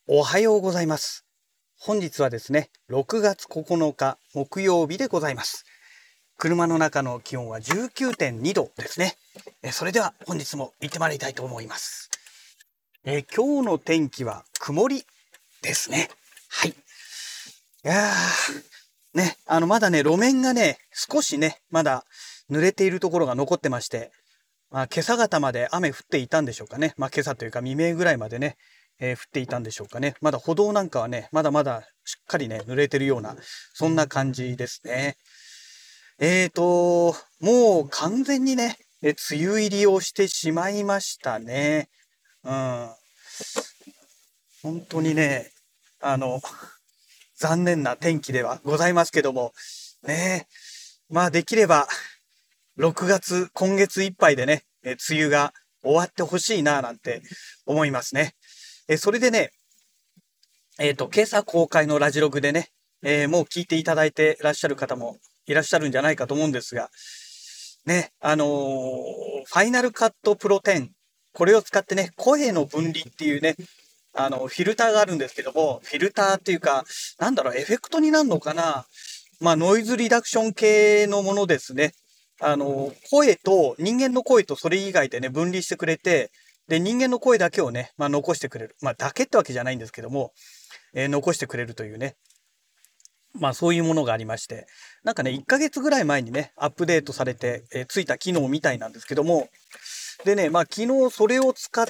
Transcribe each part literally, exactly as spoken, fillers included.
おはようございます。本日はですね、ろくがつここのか木曜日でございます。車の中の気温は じゅうきゅうてんにどですね。えそれでは本日も行ってまいりたいと思います。え今日の天気は曇りですね。はい。いやー、ね、あのまだね、路面がね、少しね、まだ濡れているところが残ってまして、まあ、今朝方まで雨降っていたんでしょうかね。まあ、今朝というか未明ぐらいまでね、えー降っていたんでしょうかね。まだ歩道なんかはね、まだまだしっかりね、濡れてるような、そんな感じですね。えーと、もう完全にね、え梅雨入りをしてしまいましたね。うん。本当にね、あの、残念な天気ではございますけども、ね、まあできれば、ろくがつ、今月いっぱいでね、え梅雨が終わってほしいな、なんて思いますね。えそれでね、えっと、今朝公開のラジログでね、えーもう聞いていただいてらっしゃる方もいらっしゃるんじゃないかと思うんですが、ね、あのーファイナルカットプロテン、これを使ってね、声の分離っていうね、あの、フィルターがあるんですけども、フィルターっていうか、なんだろう、エフェクトになるのかな。まあ、ノイズリダクション系のものですね。あの、声と、人間の声とそれ以外でね、分離してくれて、で、人間の声だけをね、まあ、残してくれる。まあ、だけってわけじゃないんですけども、えー残してくれるというね、まあそういうものがありまして、なんかね、いっかげつぐらい前にね、アップデートされて、えーついた機能みたいなんですけども、でね、まあ昨日それを使って、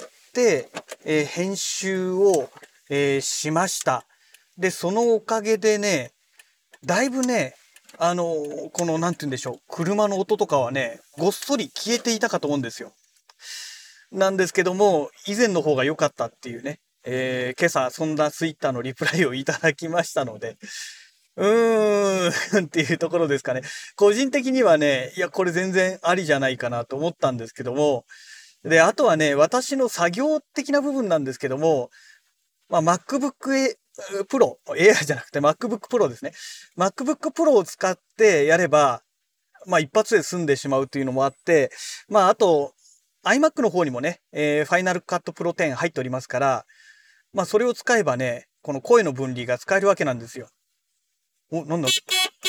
えー編集を、えーしました。で、そのおかげでね、だいぶね、あのーこの、なんて言うんでしょう、車の音とかはね、ごっそり消えていたかと思うんですよ。なんですけども、以前の方が良かったっていうね、えー今朝そんなツイッターのリプライをいただきましたので、うーんっていうところですかね。個人的にはね、いや、これ全然ありじゃないかなと思ったんですけども、で、あとはね、私の作業的な部分なんですけども、まあ、MacBook Pro、エアじゃなくて MacBook Pro ですね。MacBook Pro を使ってやれば、まあ、一発で済んでしまうというのもあって、まあ、あと、iMac の方にもね、えー、Final Cut Pro テン入っておりますから、まあ、それを使えばね、この声の分離が使えるわけなんですよ。お、なんだ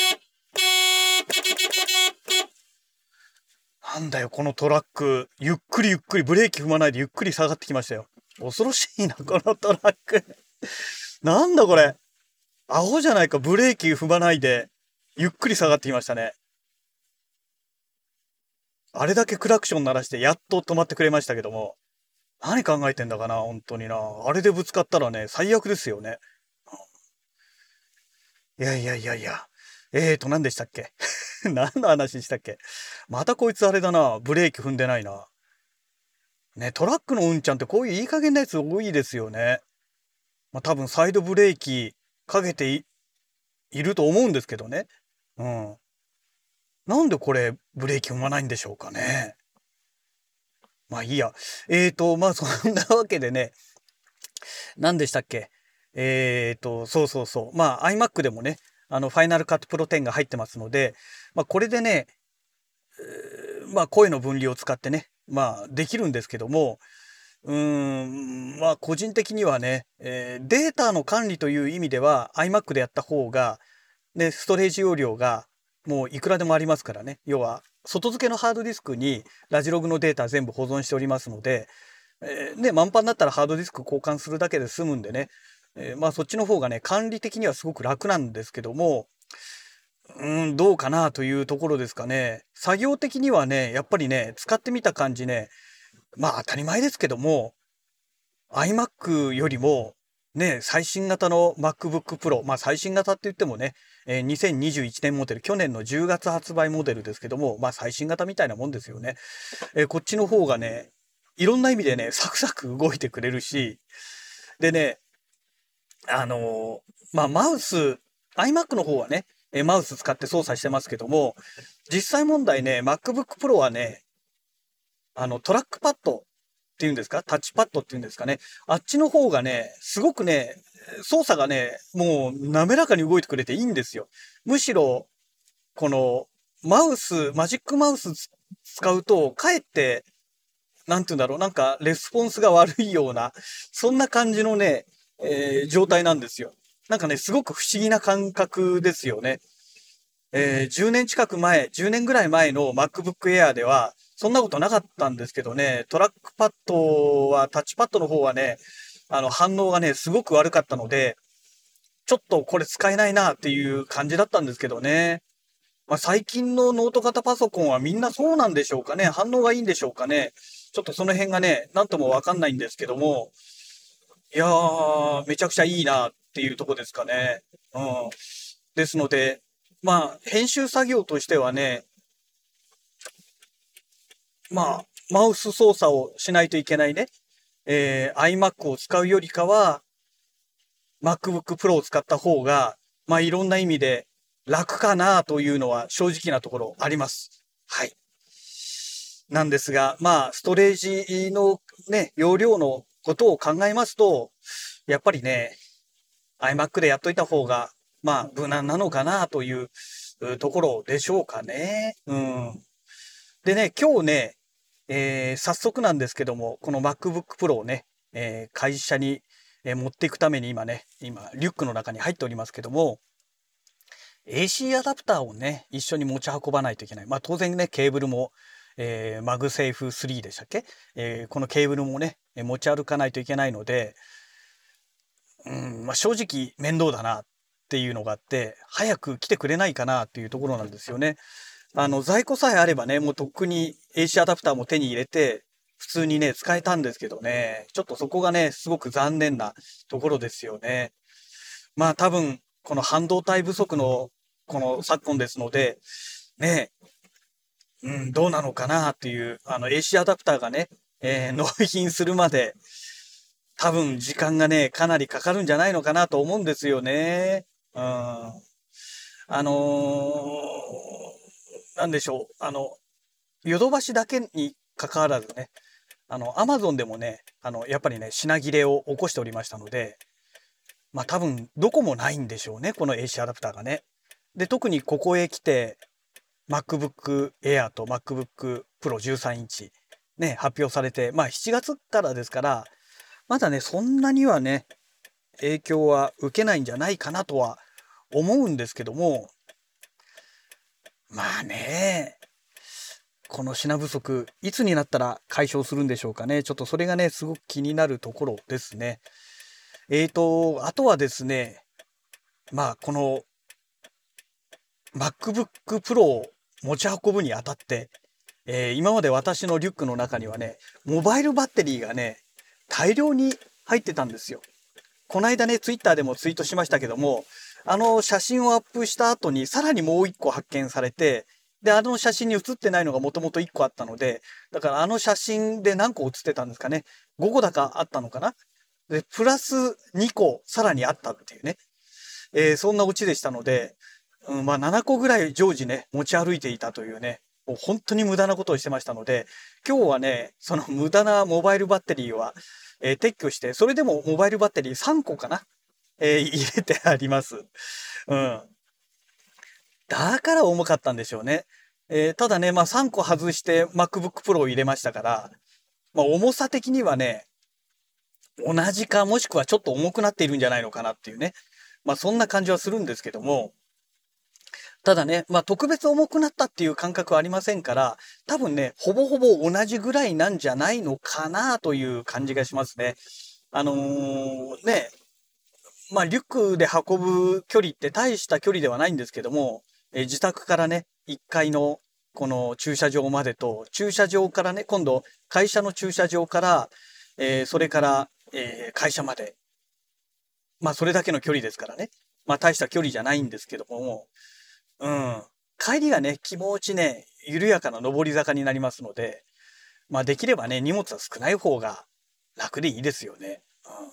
なんだよ、このトラック。ゆっくりゆっくり、ブレーキ踏まないでゆっくり下がってきましたよ。恐ろしいな、このトラック。なんだこれ。アホじゃないか、ブレーキ踏まないで、ゆっくり下がってきましたね。あれだけクラクション鳴らして、やっと止まってくれましたけども。何考えてんだかな、本当にな。あれでぶつかったらね、最悪ですよね。いやいやいやいや。えーと、何でしたっけ。何の話したっけ。またこいつあれだな。ブレーキ踏んでないな。ね、トラックのうんちゃんってこういういい加減なやつ多いですよね。まあ多分サイドブレーキかけてい、いると思うんですけどね。うん。なんでこれブレーキ踏まないんでしょうかね。まあいいや。えーと、まあそんなわけでね、何でしたっけ。えーと、そうそうそう。まあ iMac でもね、あの、Final Cut Pro テンが入ってますので、まあこれでね、まあ声の分離を使ってね、まあできるんですけども、うーん、まあ個人的にはね、えーデータの管理という意味では iMac でやった方が、で、ストレージ容量がもういくらでもありますからね。要は、外付けのハードディスクにラジログのデータ全部保存しておりますので、えーね、満帆だったらハードディスク交換するだけで済むんでね、えーまあそっちの方がね、管理的にはすごく楽なんですけども、うん、どうかなというところですかね。作業的にはね、やっぱりね、使ってみた感じね、まあ当たり前ですけども、iMac よりも、ね、最新型の MacBook Pro、まあ最新型って言ってもね、えーにせんにじゅういちねんモデル、去年のじゅうがつ発売モデルですけども、まあ最新型みたいなもんですよね。えーこっちの方がね、いろんな意味でね、サクサク動いてくれるし、でね、あのーまあマウス、iMac の方はね、えーマウス使って操作してますけども、実際問題ね、MacBook Pro はね、あのトラックパッドっていうんですか、タッチパッドっていうんですかね。あっちの方がね、すごくね、操作がね、もう滑らかに動いてくれていいんですよ。むしろ、この、マウス、マジックマウス使うと、かえって、なんて言うんだろう、なんか、レスポンスが悪いような、そんな感じのね、 えー状態なんですよ。なんかね、すごく不思議な感覚ですよね。えーじゅうねん近く前、じゅうねんぐらい前の MacBook Air では、そんなことなかったんですけどね、トラックパッドは、タッチパッドの方はね、あの、反応がね、すごく悪かったので、ちょっとこれ使えないなっていう感じだったんですけどね。まあ、最近のノート型パソコンはみんなそうなんでしょうかね。反応がいいんでしょうかね。ちょっとその辺がね、なんともわかんないんですけども、いやー、めちゃくちゃいいなっていうとこですかね。うん。ですので、まあ、編集作業としてはね、まあ、マウス操作をしないといけないね、えー iMac を使うよりかは、MacBook Pro を使った方が、まあ、いろんな意味で楽かなというのは正直なところあります。はい。なんですが、まあ、ストレージのね、容量のことを考えますと、やっぱりね、iMac でやっといた方が、まあ、無難なのかなといううところでしょうかね。うん。でね、今日ね、えー早速なんですけども、この MacBook Pro をね、えー会社にえー持っていくために今ね、今、リュックの中に入っておりますけども、エーシー アダプターをね、一緒に持ち運ばないといけない。まあ当然ね、ケーブルも、えー、マグセーフスリーでしたっけ、えーこのケーブルもね、えー持ち歩かないといけないので、うん、まあ正直面倒だなっていうのがあって、早く来てくれないかなっていうところなんですよね。あの、在庫さえあればね、もうとっくに エーシー アダプターも手に入れて、普通にね、使えたんですけどね、ちょっとそこがね、すごく残念なところですよね。まあ多分、この半導体不足のこの昨今ですので、ね、うん、どうなのかなっていう、あの エーシー アダプターがね、えー納品するまで、多分時間がね、かなりかかるんじゃないのかなと思うんですよね。うん。あのーなんでしょう。あの、ヨドバシだけに関わらずね、あの、アマゾンでもね、あの、やっぱりね、品切れを起こしておりましたので、まあ多分、どこもないんでしょうね、この エーシー アダプターがね。で、特にここへ来て、MacBook Air と MacBook Pro じゅうさんインチ、ね、発表されて、まあしちがつからですから、まだね、そんなにはね、影響は受けないんじゃないかなとは思うんですけども、まあね、この品不足、いつになったら解消するんでしょうかね。ちょっとそれがね、すごく気になるところですね。えーと、あとはですね、まあ、この MacBook Pro を持ち運ぶにあたって、えー今まで私のリュックの中にはね、モバイルバッテリーがね、大量に入ってたんですよ。この間ね、ツイッターでもツイートしましたけども、あの写真をアップした後にさらにもう一個発見されて、で、あの写真に写ってないのがもともといっこあったので、だからあの写真で何個写ってたんですかね。ごこだかあったのかな。で、プラスにこさらにあったっていうね。えーそんなオチでしたので、うん、まあななこぐらい常時ね、持ち歩いていたというね、もう本当に無駄なことをしてましたので、今日はね、その無駄なモバイルバッテリーは、えー撤去して、それでもモバイルバッテリーさんこかな、えー入れてあります。うん。だから重かったんでしょうね。えーただね、まあさんこ外して MacBook Pro を入れましたから、まあ重さ的にはね、同じかもしくはちょっと重くなっているんじゃないのかなっていうね。まあそんな感じはするんですけども、ただね、まあ特別重くなったっていう感覚はありませんから、多分ね、ほぼほぼ同じぐらいなんじゃないのかなという感じがしますね。あのーね、まあリュックで運ぶ距離って大した距離ではないんですけども、えー自宅からね、いっかいのこの駐車場までと、駐車場からね、今度会社の駐車場から、えーそれから、えー会社まで、まあそれだけの距離ですからね、まあ大した距離じゃないんですけども、うん。帰りがね、気持ちね、緩やかな上り坂になりますので、まあできればね、荷物は少ない方が楽でいいですよね。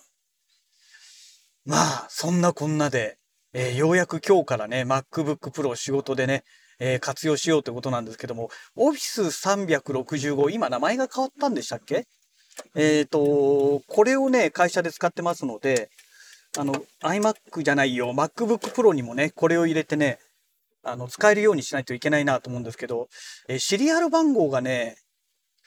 うん、まあ、そんなこんなで、えーようやく今日からね、MacBook Pro 仕事でね、えー活用しようということなんですけども、Office さんびゃくろくじゅうご、今名前が変わったんでしたっけ？えっと、これをね、会社で使ってますので、あの、iMac じゃないよ、MacBook Pro にもね、これを入れてね、あの、使えるようにしないといけないなと思うんですけど、えーシリアル番号がね、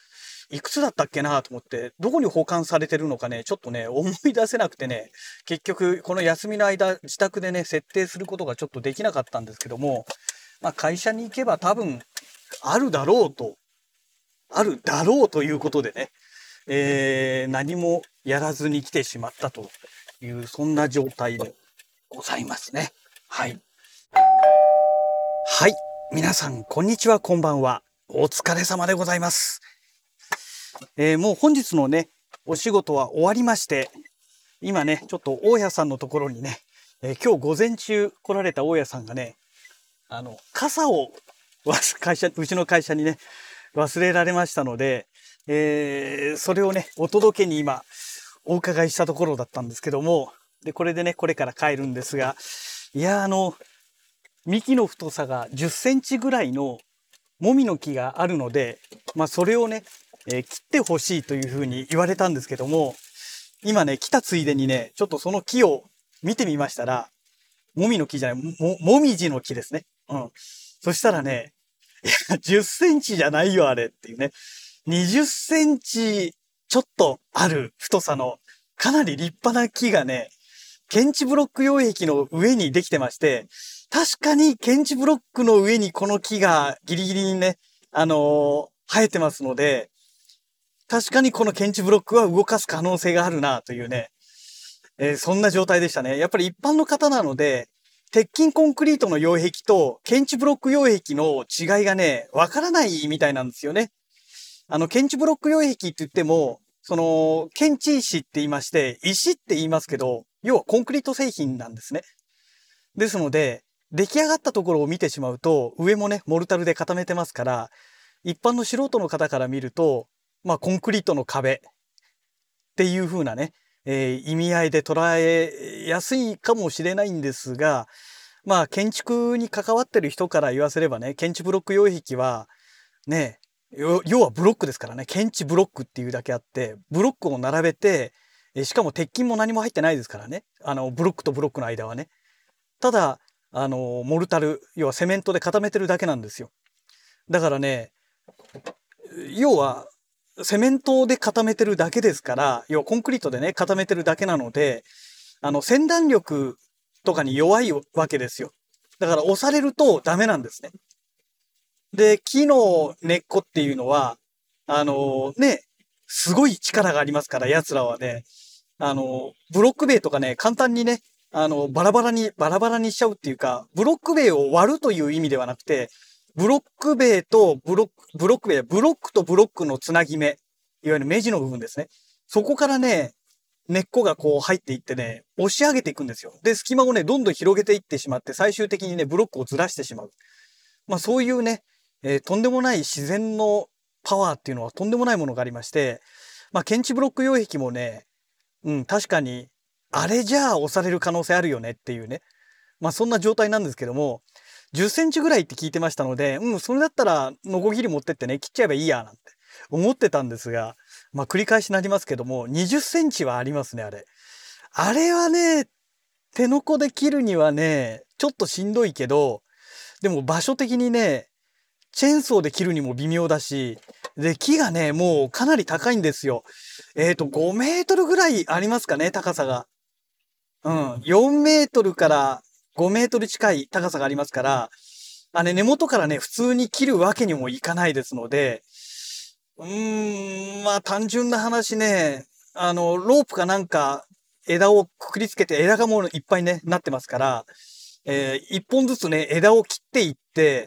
いくつだったっけなと思って、どこに保管されてるのかね、ちょっとね、思い出せなくてね、結局、この休みの間、自宅でね、設定することがちょっとできなかったんですけども、まあ、会社に行けば多分、あるだろうと、あるだろうということでね、えー、何もやらずに来てしまったという、そんな状態でございますね。はい。はい。皆さん、こんにちは、こんばんは。お疲れ様でございます。えー、もう本日のね、お仕事は終わりまして、今ね、ちょっと大家さんのところにね、えー、今日午前中来られた大家さんがね、あの、傘を会社、うちの会社にね、忘れられましたので、えー、それをね、お届けに今、お伺いしたところだったんですけども、で、これでね、これから帰るんですが、いや、あの、幹の太さがじゅっセンチぐらいのもみの木があるので、まあ、それをね、えー、切ってほしいというふうに言われたんですけども、今ね、来たついでにね、ちょっとその木を見てみましたら、もみの木じゃない、も、もみじの木ですね。うん。そしたらね、いや、じゅっセンチじゃないよ、あれっていうね。にじゅっセンチちょっとある太さの、かなり立派な木がね、建築ブロック擁壁の上にできてまして、確かに建築ブロックの上にこの木がギリギリにね、あのー、生えてますので、確かにこの建築ブロックは動かす可能性があるなというね、えー、そんな状態でしたね。やっぱり一般の方なので、鉄筋コンクリートの擁壁と建築ブロック擁壁の違いがね、わからないみたいなんですよね。あの、建築ブロック擁壁って言っても、その、建地石って言いまして、石って言いますけど、要はコンクリート製品なんですね。ですので、出来上がったところを見てしまうと、上もね、モルタルで固めてますから、一般の素人の方から見ると、まあ、コンクリートの壁っていう風なね、えー、意味合いで捉えやすいかもしれないんですが、まあ、建築に関わってる人から言わせればね、建築ブロック擁壁は、ね、要はブロックですからね、建築ブロックっていうだけあって、ブロックを並べて、しかも鉄筋も何も入ってないですからね、あの、ブロックとブロックの間はね。ただ、あの、モルタル、要はセメントで固めてるだけなんですよ。だからね、要は、セメントで固めてるだけですから、要はコンクリートでね、固めてるだけなので、あの、先端力とかに弱いわけですよ。だから押されるとダメなんですね。で、木の根っこっていうのは、あのー、ね、すごい力がありますから、奴らはね、あのー、ブロック塀とかね、簡単にね、あのー、バラバラに、バラバラにしちゃうっていうか、ブロック塀を割るという意味ではなくて、ブロック塀とブロック、ブロック塀、ブロックとブロックのつなぎ目、いわゆる目地の部分ですね。そこからね、根っこがこう入っていってね、押し上げていくんですよ。で、隙間をね、どんどん広げていってしまって、最終的にね、ブロックをずらしてしまう。まあそういうね、えー、とんでもない自然のパワーっていうのはとんでもないものがありまして、まあ建築ブロック擁壁もね、うん、確かに、あれじゃあ押される可能性あるよねっていうね。まあそんな状態なんですけども、じゅっセンチぐらいって聞いてましたので、うん、それだったら、ノコギリ持ってってね、切っちゃえばいいや、なんて思ってたんですが、まあ繰り返しになりますけども、にじゅっセンチはありますね、あれ。あれはね、手のこで切るにはね、ちょっとしんどいけど、でも場所的にね、チェーンソーで切るにも微妙だし、で、木がね、もうかなり高いんですよ。えっと、ごメートルぐらいありますかね、高さが。うん。よんメートルからごメートル近い高さがありますから、あれ、根元からね、普通に切るわけにもいかないですので、うーん、まあ単純な話ね、あの、ロープかなんか枝をくくりつけて枝がもういっぱいね、なってますから、えー、一本ずつね、枝を切っていって、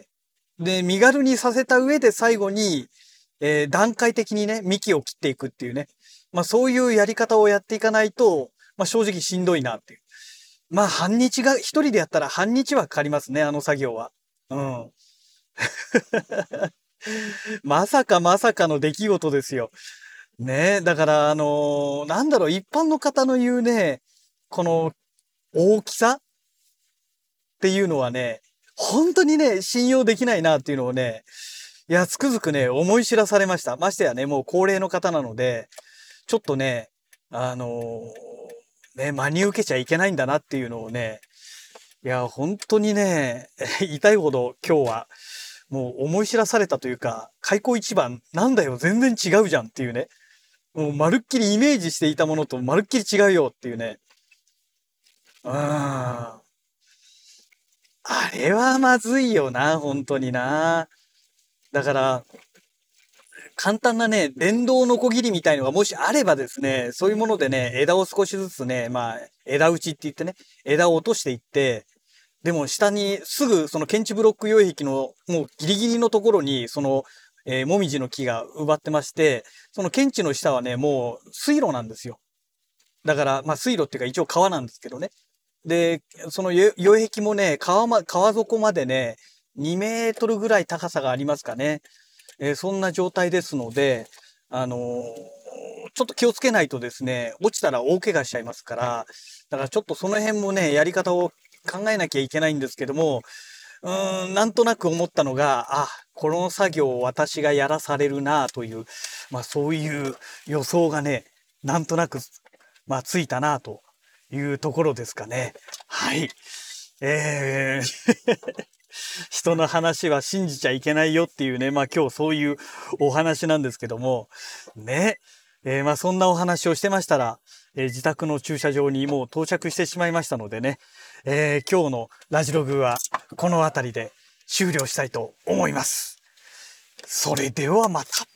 で、身軽にさせた上で最後に、えー、段階的にね、幹を切っていくっていうね。まあそういうやり方をやっていかないと、まあ正直しんどいなっていう。まあ半日が、一人でやったら半日はかかりますね、あの作業は。うん。まさかまさかの出来事ですよ。ねえ、だから、あのーなんだろう、一般の方の言うね、この大きさっていうのはね、本当にね、信用できないなっていうのをね、いや、つくづくね、思い知らされました。ましてやね、もう高齢の方なので、ちょっとね、あのーね、真に受けちゃいけないんだなっていうのをね、いや、本当にね、痛いほど今日はもう思い知らされたというか、開口一番、なんだよ、全然違うじゃんっていうね。もうまるっきりイメージしていたものとまるっきり違うよっていうね。うーん。あれはまずいよな、本当にな。だから、簡単なね、電動ノコギリみたいのがもしあればですね、そういうものでね、枝を少しずつね、まあ、枝打ちって言ってね、枝を落としていって、でも下にすぐその検知ブロック擁壁のもうギリギリのところに、その、えー、もみじの木が植わってまして、その検知の下はね、もう水路なんですよ。だから、まあ水路っていうか一応川なんですけどね。で、その擁壁もね、川ま、川底までね、にメートルぐらい高さがありますかね。えーそんな状態ですので、あのーちょっと気をつけないとですね、落ちたら大怪我しちゃいますから、だからちょっとその辺もね、やり方を考えなきゃいけないんですけども、うーん、なんとなく思ったのが、あ、この作業を私がやらされるなという、まあそういう予想がね、なんとなく、まあついたなというところですかね。はい。えー人の話は信じちゃいけないよっていうね、まあ今日そういうお話なんですけども、ね、えーまあそんなお話をしてましたら、えー自宅の駐車場にもう到着してしまいましたのでね、えー今日のラジログはこの辺りで終了したいと思います。それではまた。